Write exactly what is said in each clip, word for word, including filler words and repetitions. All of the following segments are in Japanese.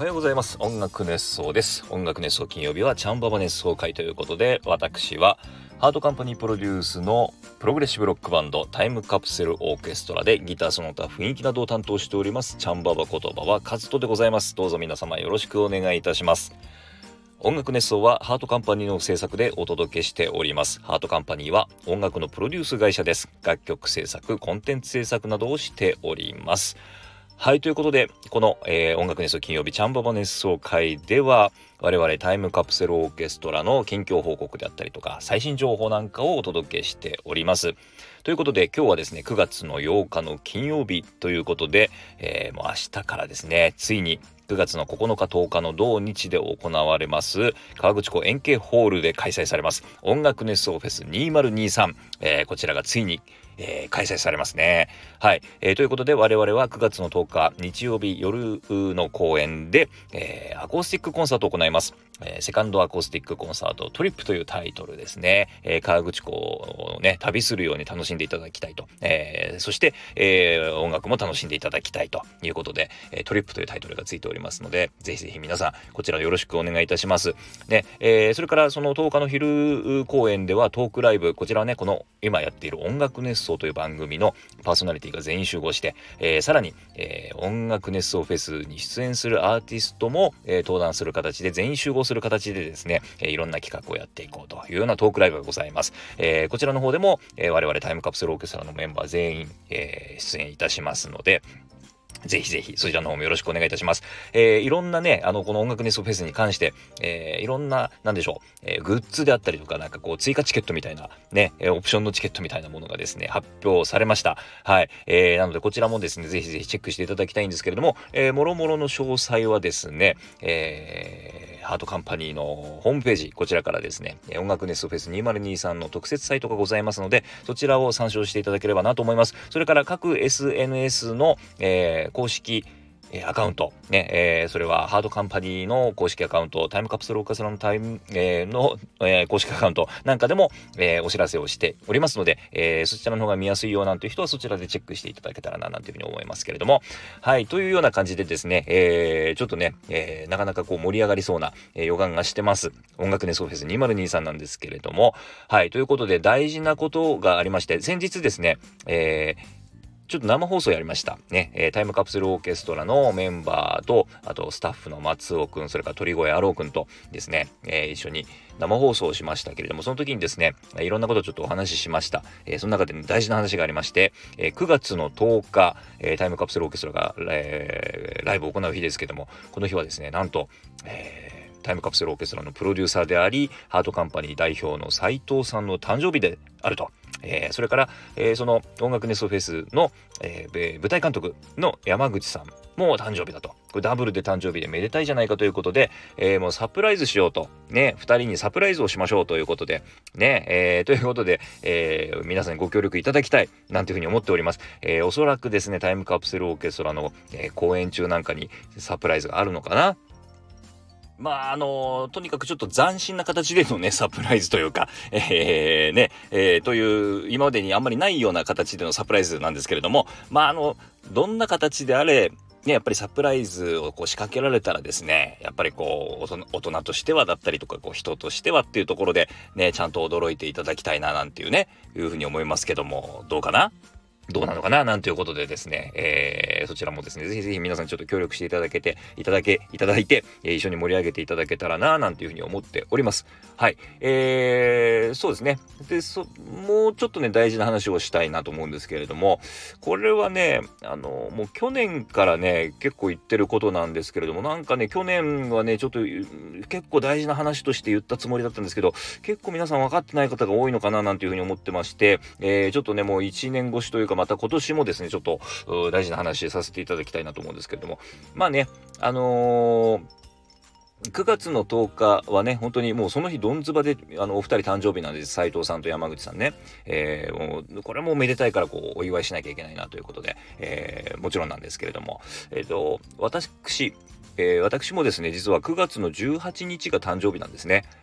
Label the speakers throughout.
Speaker 1: はようございます。音楽熱奏です。音楽熱奏金曜日はチャンババ熱奏会ということで、私はハートカンパニープロデュースのプログレッシブロックバンドタイムカプセルオーケストラでギターその他雰囲気などを担当しておりますチャンババ言葉はカズトでございます。どうぞ皆様よろしくお願いいたします。音楽熱奏はハートカンパニーの制作でお届けしております。ハートカンパニーは音楽のプロデュース会社です。楽曲制作、コンテンツ制作などをしております。はい、ということでこの、えー、音楽熱奏金曜日チャンババ熱奏会では我々タイムカプセルオーケストラの近況報告であったりとか最新情報なんかをお届けしております。ということで今日はですねくがつのようかの金曜日ということで、えー、もう明日からですねついにくがつのここのかとおかの同日で行われます河口湖円形ホールで開催されます音楽熱奏フェスにせんにじゅうさん、えー、こちらがついに、えー、開催されますね。はい、えー、ということで我々はくがつのとおか日曜日夜の公演で、えー、アコースティックコンサートを行います。えー、セカンドアコースティックコンサートトリップというタイトルですね。えー、河口湖をね旅するように楽しんでいただきたいと、えー、そして、えー、音楽も楽しんでいただきたいということで、えー、トリップというタイトルがついておりますのでぜひぜひ皆さんこちらよろしくお願いいたします、ねえー、それからそのとおかの昼公演ではトークライブこちらはねこの今やっている音楽熱奏という番組のパーソナリティが全員集合して、えー、さらに、えー、音楽熱奏フェスに出演するアーティストも、えー、登壇する形で全員集合する形でですね、えー、いろんな企画をやっていこうというようなトークライブがございます。えー、こちらの方でも、えー、我々タイムカプセルオーケストラのメンバー全員、えー、出演いたしますのでぜひぜひそちらの方もよろしくお願いいたします。えー、いろんなねあのこの音楽熱奏フェスに関して、えー、いろんななんでしょう、えー、グッズであったりとかなんかこう追加チケットみたいなねオプションのチケットみたいなものがですね発表されました。はい、えー、なのでこちらもですねぜひぜひチェックしていただきたいんですけれども、えー、もろもろの詳細はですね、えー、ハートカンパニーのホームページこちらからですね音楽熱奏フェスにせんにじゅうさんの特設サイトがございますのでそちらを参照していただければなと思います。それから各 エスエヌエス の、えー公式アカウント、ねえー、それはハートカンパニーの公式アカウントタイムカプセルオーケストラのタイム、えー、の、えー、公式アカウントなんかでも、えー、お知らせをしておりますので、えー、そちらの方が見やすいようなんていう人はそちらでチェックしていただけたらななんていうふうに思いますけれども、はいというような感じでですね、えー、ちょっとね、えー、なかなかこう盛り上がりそうな、えー、予感がしてます音楽熱奏フェスにせんにじゅうさんなんですけれども、はいということで大事なことがありまして先日ですね、えーちょっと生放送やりましたね、えー、タイムカプセルオーケストラのメンバーとあとスタッフの松尾くんそれから鳥越アローくんとですね、えー、一緒に生放送をしましたけれどもその時にですねいろんなことをちょっとお話ししました。えー、その中で、ね、大事な話がありまして、えー、くがつのとおか、えー、タイムカプセルオーケストラが、えー、ライブを行う日ですけどもこの日はですねなんと、えータイムカプセルオーケストラのプロデューサーでありハートカンパニー代表の斉藤さんの誕生日であると、えー、それから、えー、その音楽熱奏フェスの、えー、舞台監督の山口さんも誕生日だとこれダブルで誕生日でめでたいじゃないかということで、えー、もうサプライズしようとねふたりにサプライズをしましょうということでね、えー、ということで、えー、皆さんにご協力いただきたいなんていうふうに思っております。えー、おそらくですねタイムカプセルオーケストラの、えー、公演中なんかにサプライズがあるのかな。まああのとにかくちょっと斬新な形でのねサプライズというか、えー、ね、えー、という今までにあんまりないような形でのサプライズなんですけれどもまああのどんな形であれね、やっぱりサプライズをこう仕掛けられたらですねやっぱりこう大人としてはだったりとかこう人としてはっていうところでねちゃんと驚いていただきたいななんていうねいうふうに思いますけどもどうかなどうなのかななんていうことでですね、えー、そちらもですねぜひぜひ皆さんちょっと協力していただけていただけいただいて、えー、一緒に盛り上げていただけたらななんていうふうに思っております。はい、えー、そうですねでそもうちょっとね大事な話をしたいなと思うんですけれどもこれはねあのもう去年からね結構言ってることなんですけれどもなんかね去年はねちょっと結構大事な話として言ったつもりだったんですけど結構皆さん分かってない方が多いのかななんていうふうに思ってまして、えー、ちょっとねもういちねん越しというかまた今年もですねちょっと大事な話させていただきたいなと思うんですけれどもまあねあのーくがつのとおかはね本当にもうその日どんずばであのお二人誕生日なんです斉藤さんと山口さんね、えー、もうこれもめでたいからこうお祝いしなきゃいけないなということで、えー、もちろんなんですけれどもえっと私、えー、私もですね実はくがつのじゅうはちにちが誕生日なんですね。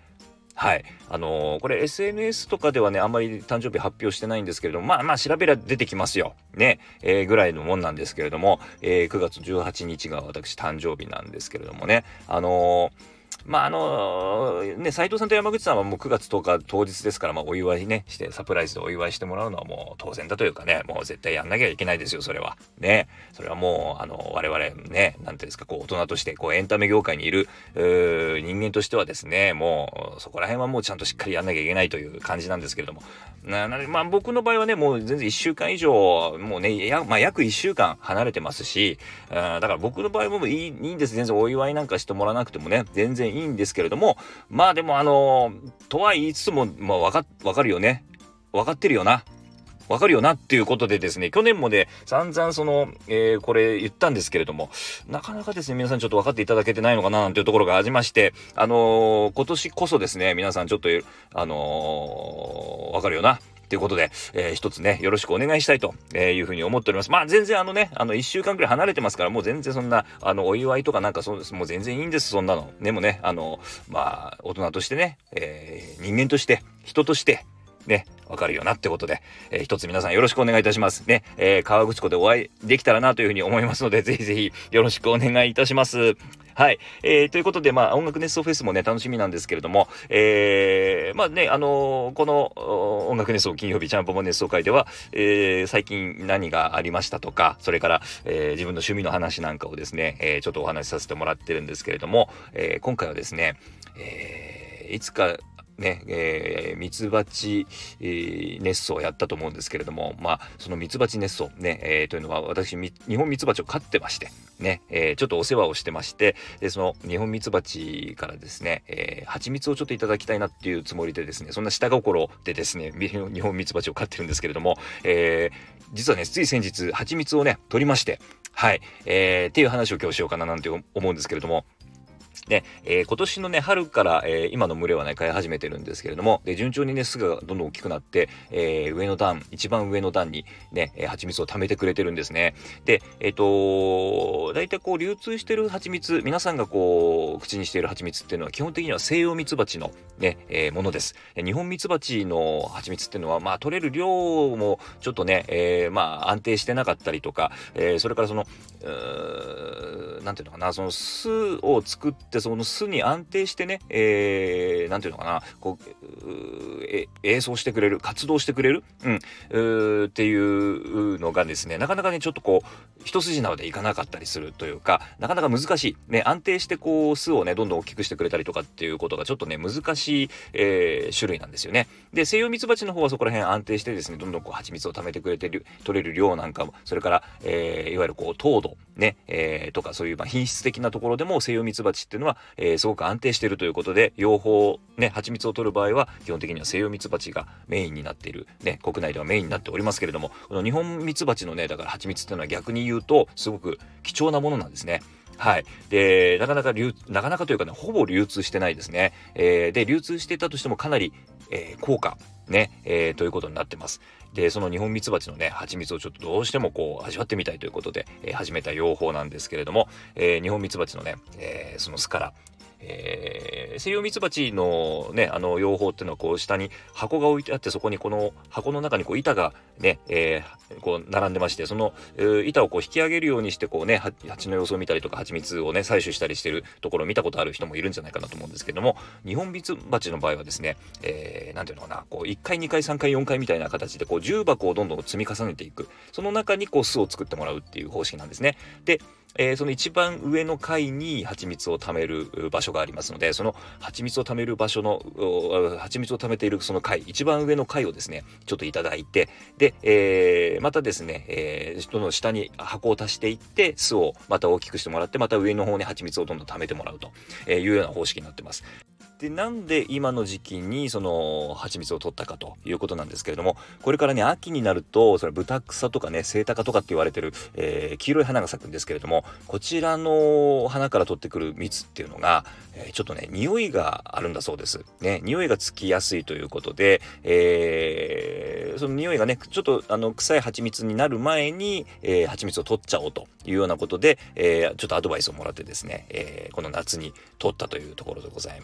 Speaker 1: はい。あのーこれ エスエヌエス とかではね、あんまり誕生日発表してないんですけれども、まあまあ調べりゃ出てきますよ。ね。えーぐらいのもんなんですけれども、えーくがつじゅうはちにちが私誕生日なんですけれどもね。あのーまああのね、斉藤さんと山口さんはもうくがつとおか当日ですから、まあお祝いね、してサプライズでお祝いしてもらうのはもう当然だというかね、もう絶対やんなきゃいけないですよ、それは。ね。それはもう、あの、我々ね、なんていうんですか、こう大人として、こうエンタメ業界にいる、うー人間としてはですね、もうそこら辺はもうちゃんとしっかりやんなきゃいけないという感じなんですけれども。ななまあ僕の場合はね、もう全然いっしゅうかん以上、もうね、やまあ約いっしゅうかん離れてますし、うんだから僕の場合もいいいいんです。全然お祝いなんかしてもらわなくてもね、全然いいんですけれども、まあでもあのとは言いつつも、まあわか、わかるよね。わかってるよな。わかるよなっていうことでですね、去年もね、散々その、えーこれ言ったんですけれども、なかなかですね、皆さんちょっと分かっていただけてないのかななんていうところがありまして、あのー今年こそですね、皆さんちょっと、あのーわかるよな。ということで、えー一つね、よろしくお願いしたいというふうに思っております。まあ全然あのね、あのいっしゅうかんくらい離れてますから、もう全然そんな、あの、お祝いとかなんかそうです、もう全然いいんです、そんなの。でもね、あの、まあ、大人としてね、えー人間として、人として、ね、わかるよなってことで、えー一つ皆さんよろしくお願いいたしますね。えー、川口湖でお会いできたらなというふうに思いますので、ぜひぜひよろしくお願いいたします。はい。えー、ということで、まあ、音楽熱奏フェスもね、楽しみなんですけれども、えー、まあね、あのーこのお音楽熱奏金曜日チャンポモ熱奏会では、えー、最近何がありましたとか、それから、えー自分の趣味の話なんかをですね、えーちょっとお話しさせてもらってるんですけれども、えー今回はですね、えーいつかね、えー、ミツバチ、えー熱奏をやったと思うんですけれども、まあ、そのミツバチ熱奏ね、えーというのは私、み日本ミツバチを飼ってまして、ね、えーちょっとお世話をしてまして、で、その日本ミツバチからですね、えー、蜂蜜をちょっといただきたいなっていうつもりでですね、そんな下心でですね、み日本ミツバチを飼ってるんですけれども、えー実はね、つい先日、蜂蜜をね、取りまして、はい、えーっていう話を今日しようかななんて思うんですけれども、ね、えー今年のね、春から、えー今の群れはね、飼い始めてるんですけれども、で、順調にね、巣がどんどん大きくなって、えー上の段、一番上の段にね、えー蜂蜜を貯めてくれてるんですね。で、えっ、と、大体こう、流通してる蜂蜜、皆さんがこう、口にしている蜂蜜っていうのは、基本的には西洋蜜蜂のね、えーものです。で日本蜜蜂の蜂蜜っていうのは、まあ、取れる量もちょっとね、えーまあ、安定してなかったりとか、えーそれからその、うーなんていうのかな、その巣を作ってその巣に安定してね、えー、なんていうのかな、こう、うーえ演奏してくれる、活動してくれる、うん、うーっていうのがですね、なかなかね、ちょっとこう、一筋縄でいかなかったりするというか、なかなか難しい。ね、安定してこう、巣をね、どんどん大きくしてくれたりとかっていうことがちょっとね、難しい、えー種類なんですよね。で、西洋ミツバチの方はそこら辺安定してですね、どんどんこう、蜂蜜を貯めてくれてる、取れる量なんかも、それから、えーいわゆるこう、糖度、ね、えーとかそういうまあ品質的なところでも西洋ミツバチっていうのは、えーすごく安定しているということで、養蜂、ね、蜂蜜を取る場合は基本的には西洋ミツバチがメインになっている、ね、国内ではメインになっておりますけれども、この日本ミツバチのね、だから蜂蜜っていうのは逆に言うとすごく貴重なものなんですね。はい。で、なかなか流、なかなかというかね、ほぼ流通してないですね。えーで、流通していたとしてもかなり、えー高価、ね、えーということになってます。で、その日本ミツバチのね、蜂蜜をちょっとどうしてもこう味わってみたいということで、えー始めた養蜂なんですけれども、えー日本ミツバチのね、えーその巣から、えー西洋ミツバチのね、あの養蜂っていうのはこう下に箱が置いてあって、そこにこの箱の中にこう板がね、えーこう並んでまして、その、えー板をこう引き上げるようにしてこうね、は蜂の様子を見たりとか蜂蜜をね採取したりしてるところを見たことある人もいるんじゃないかなと思うんですけども、日本ミツバチの場合はですね、えー、なんていうのかな、こういっかいにかいさんかいよんかいみたいな形でこう重箱をどんどん積み重ねていく、その中にこう巣を作ってもらうっていう方式なんですね。で、えーその一番上の階に蜂蜜を貯める場所がありますので、その蜂蜜を貯める場所のお蜂蜜を貯めているその階、一番上の階をですねちょっといただいて、で、えーまたですね、えー、どんどん下に箱を足していって巣をまた大きくしてもらって、また上の方に蜂蜜をどんどん貯めてもらうというような方式になってます。で、なんで今の時期にその蜂蜜を取ったかということなんですけれども、これからね、秋になるとそれブタクサとかね、セイタカとかって言われてる、えー黄色い花が咲くんですけれども、こちらの花から取ってくる蜜っていうのが、えーちょっとね、匂いがあるんだそうです。ね、匂いがつきやすいということで、えーその匂いがね、ちょっとあの臭い蜂蜜になる前に、えー蜂蜜を取っちゃおうというようなことで、えーちょっとアドバイスをもらってですね、えーこの夏に取ったというところでございます。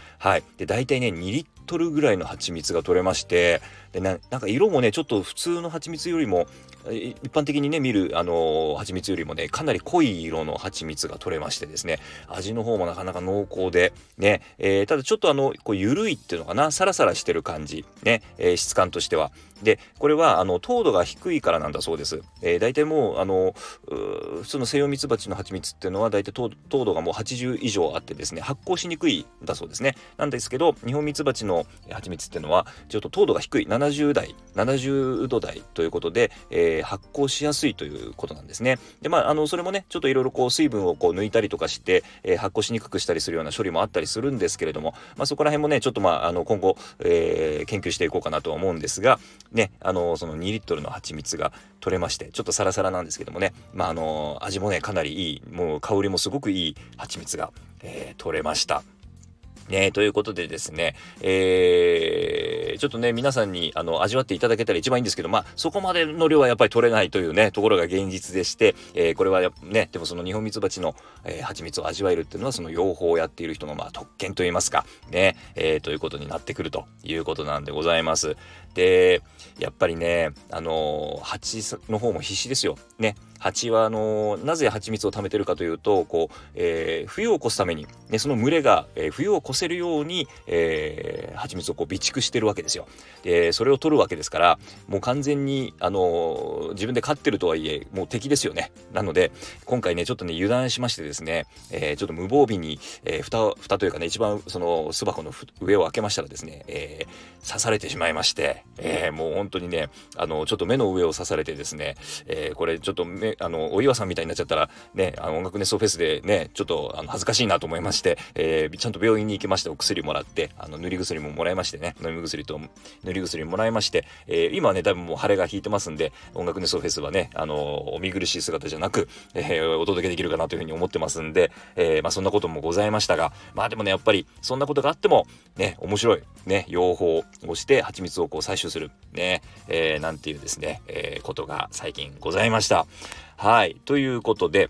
Speaker 1: はい。で、大体ね、にリットルぐらいの蜂蜜が取れまして、でな、なんか色もね、ちょっと普通の蜂蜜よりも、一般的にね、見る、あのー、蜂蜜よりもね、かなり濃い色の蜂蜜が取れましてですね、味の方もなかなか濃厚で、ね、えー、ただちょっとあの、こう、緩いっていうのかな、サラサラしてる感じ、ね、えー、質感としては。で、これは、あの、糖度が低いからなんだそうです。えー、大体もう、あの、う普通の西洋蜜蜂の蜂蜜っていうのは、大体糖、糖度がもうはちじゅう以上あってですね、発酵しにくいんだそうですね。なんですけど、日本蜜蜂の蜂蜜っていうのは、ちょっと糖度が低い、ななじゅうだい、ななじゅうど台ということで、えー、発酵しやすいということなんですね。で、まあ、あの、それもね、ちょっといろいろこう、水分をこう、抜いたりとかして、えー、発酵しにくくしたりするような処理もあったりするんですけれども、まあ、そこら辺もね、ちょっとまあ、あの、今後、えー、研究していこうかなとは思うんですが、ね、あの、そのにリットルの蜂蜜が取れまして、ちょっとサラサラなんですけどもね、まあ、あの、味もね、かなりいい、もう香りもすごくいい蜂蜜が、えー、取れました。ね、ということでですね、えー、ちょっとね、皆さんにあの味わっていただけたら一番いいんですけど、まあ、そこまでの量はやっぱり取れないというね、ところが現実でして、えー、これはね、でもそのニホンミツバチの、えー、蜂蜜を味わえるっていうのは、その養蜂をやっている人のまあ特権といいますか、ね、えー、ということになってくるということなんでございます。で、やっぱりね、あのー、蜂の方も必死ですよ。ね。蜂はあのー、なぜ蜂蜜を貯めてるかというと、こう、えー、冬を越すために、ね、その群れが、えー、冬を越せるように、えー、蜂蜜をこう備蓄してるわけですよ。で、それを取るわけですから、もう完全に、あのー、自分で飼ってるとはいえ、もう敵ですよね。なので、今回ね、ちょっとね、油断しましてですね、えー、ちょっと無防備に、えー、蓋、蓋というかね、一番その巣箱の上を開けましたらですね、えー、刺されてしまいまして、えー、もう本当にね、あの、ちょっと目の上を刺されてですね、えー、これちょっと目、あの、お岩さんみたいになっちゃったら、ね、あの音楽ネストフェスでね、ちょっとあの恥ずかしいなと思いまして、えー、ちゃんと病院に行きまして、お薬もらって、あの、塗り薬ももらいましてね、飲み薬と塗り薬もらいまして、えー、今はね、だいぶもう腫れが引いてますんで、音楽ネストフェスはね、あの、お見苦しい姿じゃなく、えー、お届けできるかなというふうに思ってますんで、えー、まあそんなこともございましたが、まあでもね、やっぱりそんなことがあっても、ね、面白い、ね、養蜂をして蜂蜜をこう採取する、ね、えー、なんていうですね、えー、ことが最近ございました。はい。ということで、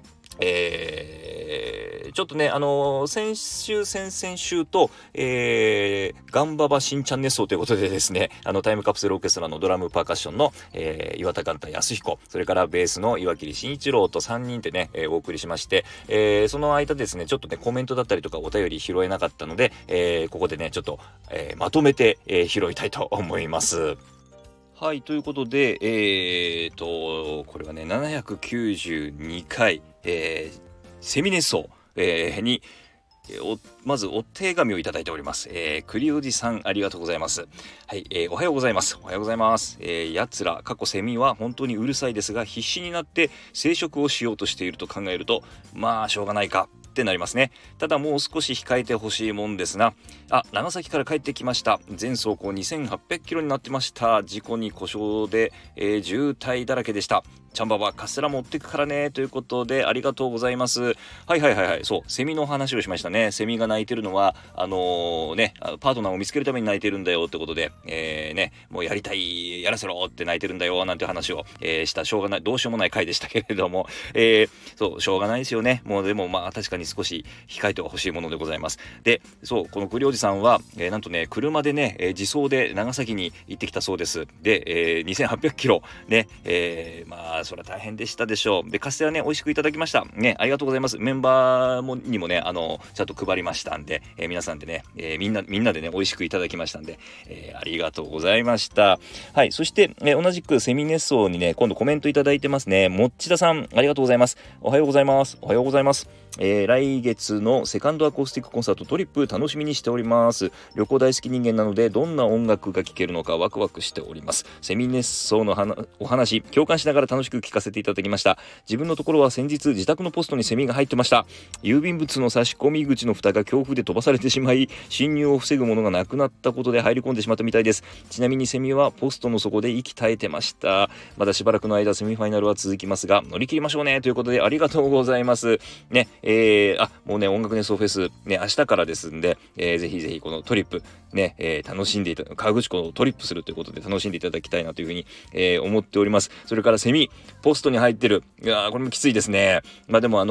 Speaker 1: えー、ちょっとね、あのー、先週、先々週と、えー、ガンババ新チャンネル層ということでですね、あの、タイムカプセルオーケストラのドラムパーカッションの、えー、岩田寛太康彦、それからベースの岩切慎一郎とさんにんでね、えー、お送りしまして、えー、その間ですね、ちょっとね、コメントだったりとかお便り拾えなかったので、えー、ここでね、ちょっと、えー、まとめて、えー、拾いたいと思います。はい、ということで、えーと、これはね、ななひゃくきゅうじゅうにかい、えー、セミネ層、えー、に、おまずお手紙をいただいております。えー、栗おじさんありがとうございます。はい、えー、おはようございます。おはようございます。えー、やつら、過去セミは本当にうるさいですが、必死になって生殖をしようとしていると考えると、まあ、しょうがないか。ってなりますね。ただもう少し控えてほしいもんですな。あ、長崎から帰ってきました。全走行にせんはっぴゃくキロになってました。事故に故障で、えー、渋滞だらけでした。チャンババカステラ持ってくからねということでありがとうございます。はいはいはいはい、そうセミの話をしましたね。セミが鳴いてるのはあのー、ねパートナーを見つけるために鳴いてるんだよってことで、えー、ねもうやりたいやらせろって鳴いてるんだよなんて話を、えー、したしょうがないどうしようもない回でしたけれども、えー、そうしょうがないですよね。もうでもまあ確かに少し控えてはほしいものでございます。でそうこの栗おじさんは、えー、なんとね車でね、えー、自走で長崎に行ってきたそうです。で、えー、にせんはっぴゃくキロね、えー、まあそれは大変でしたでしょう。でカステラね美味しくいただきましたね。ありがとうございます。メンバーもにもねあのちゃんと配りましたんで、えー、皆さんでね、えー、みんなみんなでね美味しくいただきましたんで、えー、ありがとうございました。はい。そして、えー、同じくセミネッソーにね今度コメントいただいてますね。もっちださんありがとうございます。おはようございます。おはようございます。えー、来月のセカンドアコースティックコンサートトリップ楽しみにしております。旅行大好き人間なのでどんな音楽が聴けるのかワクワクしております。セミネッソーのお話共感しながら楽しく聞かせていただきました。自分のところは先日自宅のポストにセミが入ってました。郵便物の差し込み口の蓋が強風で飛ばされてしまい侵入を防ぐものがなくなったことで入り込んでしまったみたいです。ちなみにセミはポストの底で息絶えてました。まだしばらくの間セミファイナルは続きますが乗り切りましょうねということでありがとうございますね。えー、あもうね音楽ネストフェスね明日からですんで、えー、ぜひぜひこのトリップね、えー、楽しんでいた河口湖をトリップするということで楽しんでいただきたいなというふうに、えー、思っております。それからセミポストに入ってるいやーこれもきついですね。まあでもあの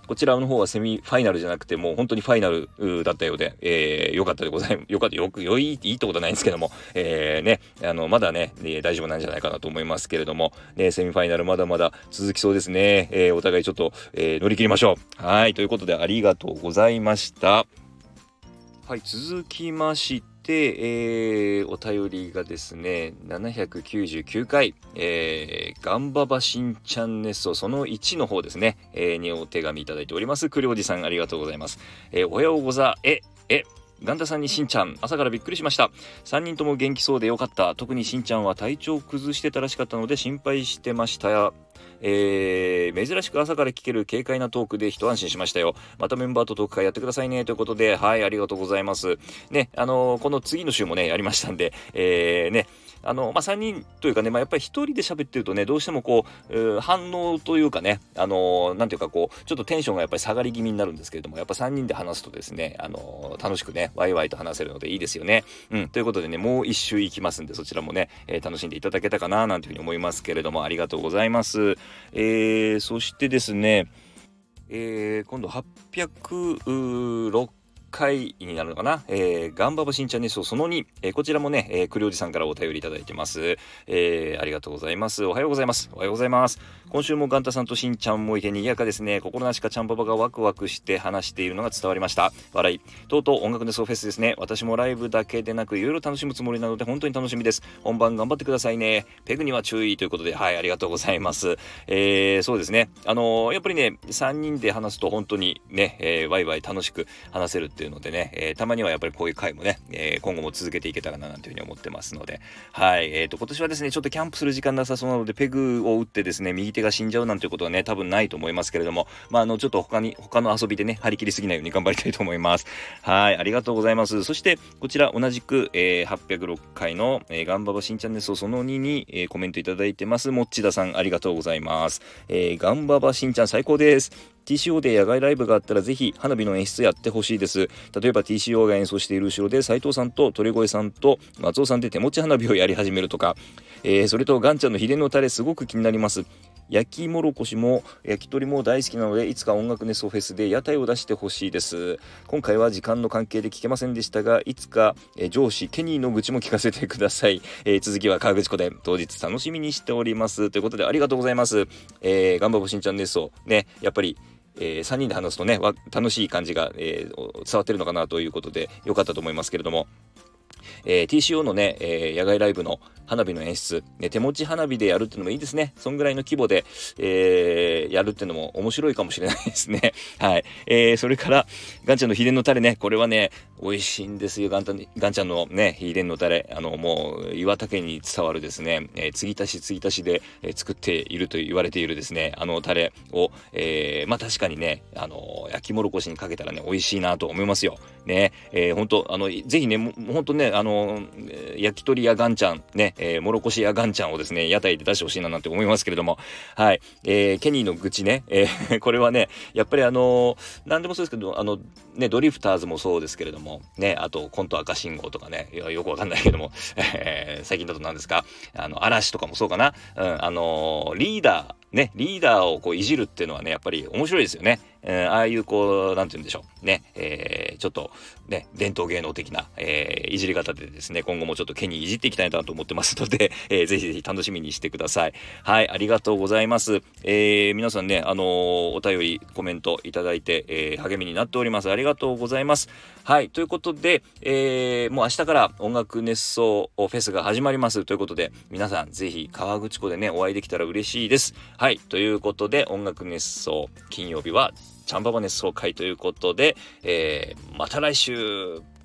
Speaker 1: こちらの方はセミファイナルじゃなくてもう本当にファイナルだったようで、えー、よかったでございます。よかった、よく、良い、いいってことはないんですけども、えー、ね、あの、まだね、大丈夫なんじゃないかなと思いますけれども、ね、セミファイナルまだまだ続きそうですね。えー、お互いちょっと、えー、乗り切りましょう。はい、ということでありがとうございました。はい、続きまして、えー、お便りがですね、ななひゃくきゅうじゅうきゅうかい、えー、ガンババしんちゃんネストそのいちの方ですね、えー、にお手紙いただいております。くりおじさんありがとうございます。えー、おはようござえ、え、ガンタさんにしんちゃん、朝からびっくりしました。さんにんとも元気そうでよかった。特にしんちゃんは体調崩してたらしかったので心配してました。えー、珍しく朝から聞ける軽快なトークで一安心しましたよ。またメンバーとトーク会やってくださいねということで、はい、ありがとうございます。ね、あのー、この次の週もね、やりましたんで、えー、ね、あの、まあ、さんにんというかね、まあ、やっぱりひとりで喋ってるとね、どうしてもこう、えー、反応というかね、あのー、なんていうかこう、ちょっとテンションがやっぱり下がり気味になるんですけれども、やっぱさんにんで話すとですね、あのー、楽しくね、ワイワイと話せるのでいいですよね。うん、ということでね、もう一周いきますんで、そちらもね、えー、楽しんでいただけたかな、なんていうふうに思いますけれども、ありがとうございます。えー、そしてですね、えー、今度はっぴゃくろっかいになるのかな、えー、ガンババしんちゃんネストそのに、えー、こちらもね、えー、くりおじさんからお便りいただいてます、えー、ありがとうございます。おはようございます。おはようございます。今週もガンタさんとしんちゃんもいて賑やかですね。心なしかちゃんババがワクワクして話しているのが伝わりました。笑い。とうとう音楽ネストフェスですね。私もライブだけでなくいろいろ楽しむつもりなので本当に楽しみです。本番頑張ってくださいね。ペグには注意ということで、はい、ありがとうございます。えー、そうですね。あのー、やっぱりね、さんにんで話すと本当にね、えー、ワイワイ楽しく話せるっていうのでね、えー、たまにはやっぱりこういう回もね、えー、今後も続けていけたらななんていうふうに思ってますので、はい、えーと、今年はですね、ちょっとキャンプする時間なさそうなので、ペグを打ってですね、右手が死んじゃうなんていうことはね、多分ないと思いますけれども、まあ、あの、ちょっと他に、他の遊びでね、張り切りすぎないように頑張りたいと思います。はい、ありがとうございます。そして、こちら同じく、えー、はっぴゃくろっかいの、えー、ガンババしんちゃんネストそのにに、えー、コメントいただいてます。もっちださん、ありがとうございます。えー、ガンババしんちゃん最高です。ティーシーオー で野外ライブがあったらぜひ花火の演出やってほしいです。例えば ティーシーオー が演奏している後ろで斉藤さんと鳥越さんと松尾さんで手持ち花火をやり始めるとか、えー、それとガンちゃんの秘伝のタレすごく気になります。焼きもろこしも焼き鳥も大好きなのでいつか音楽ネストフェスで屋台を出してほしいです。今回は時間の関係で聞けませんでしたがいつか、えー、上司ケニーの愚痴も聞かせてください。えー、続きは川口湖で当日楽しみにしておりますということでありがとうございます。えー、ガンバボしんちゃんネストね、やっぱりえー、さんにんで話すとね楽しい感じが、えー、伝わってるのかなということで良かったと思いますけれども、えー、ティーシーオー のね、えー、野外ライブの花火の演出、ね、手持ち花火でやるっていうのもいいですね。そんぐらいの規模で、えー、やるっていうのも面白いかもしれないですね。はい。えー、それからガンちゃんの秘伝のタレね、これはね美味しいんですよ。ガンタガンちゃんのね秘伝のタレ、あのもう岩手県に伝わるですね、えー、継ぎ足し継ぎ足しで、えー、作っていると言われているですね、あのタレを、えー、まあ確かにね、あの焼きもろこしにかけたらね美味しいなと思いますよ。ね、えー、本当あのぜひね本当ねあの焼き鳥やガンちゃんね、えー、もろこしやガンちゃんをですね屋台で出してほしいななんて思いますけれども、はい、えー、ケニーの愚痴ね、えー、これはねやっぱりあのー、何でもそうですけどあのねドリフターズもそうですけれどもね、あとコント赤信号とかね、いやよくわかんないけども、えー、最近だと何ですか、あの嵐とかもそうかな、うん、あのー、リーダーね、リーダーをこういじるっていうのはねやっぱり面白いですよね。えー、ああいうこうなんて言うんでしょうね、えー、ちょっとね伝統芸能的な、えー、いじり方でですね今後もちょっとケニーいじっていきたいなと思ってますので、えー、ぜひぜひ楽しみにしてください。はい、ありがとうございます。えー、皆さんねあのー、お便りコメントいただいて、えー、励みになっております。ありがとうございます。はい、ということで、えー、もう明日から音楽熱奏フェスが始まりますということで皆さんぜひ河口湖でねお会いできたら嬉しいです。はい、ということで音楽熱奏金曜日はチャンババ熱奏会ということで、えー、また来週。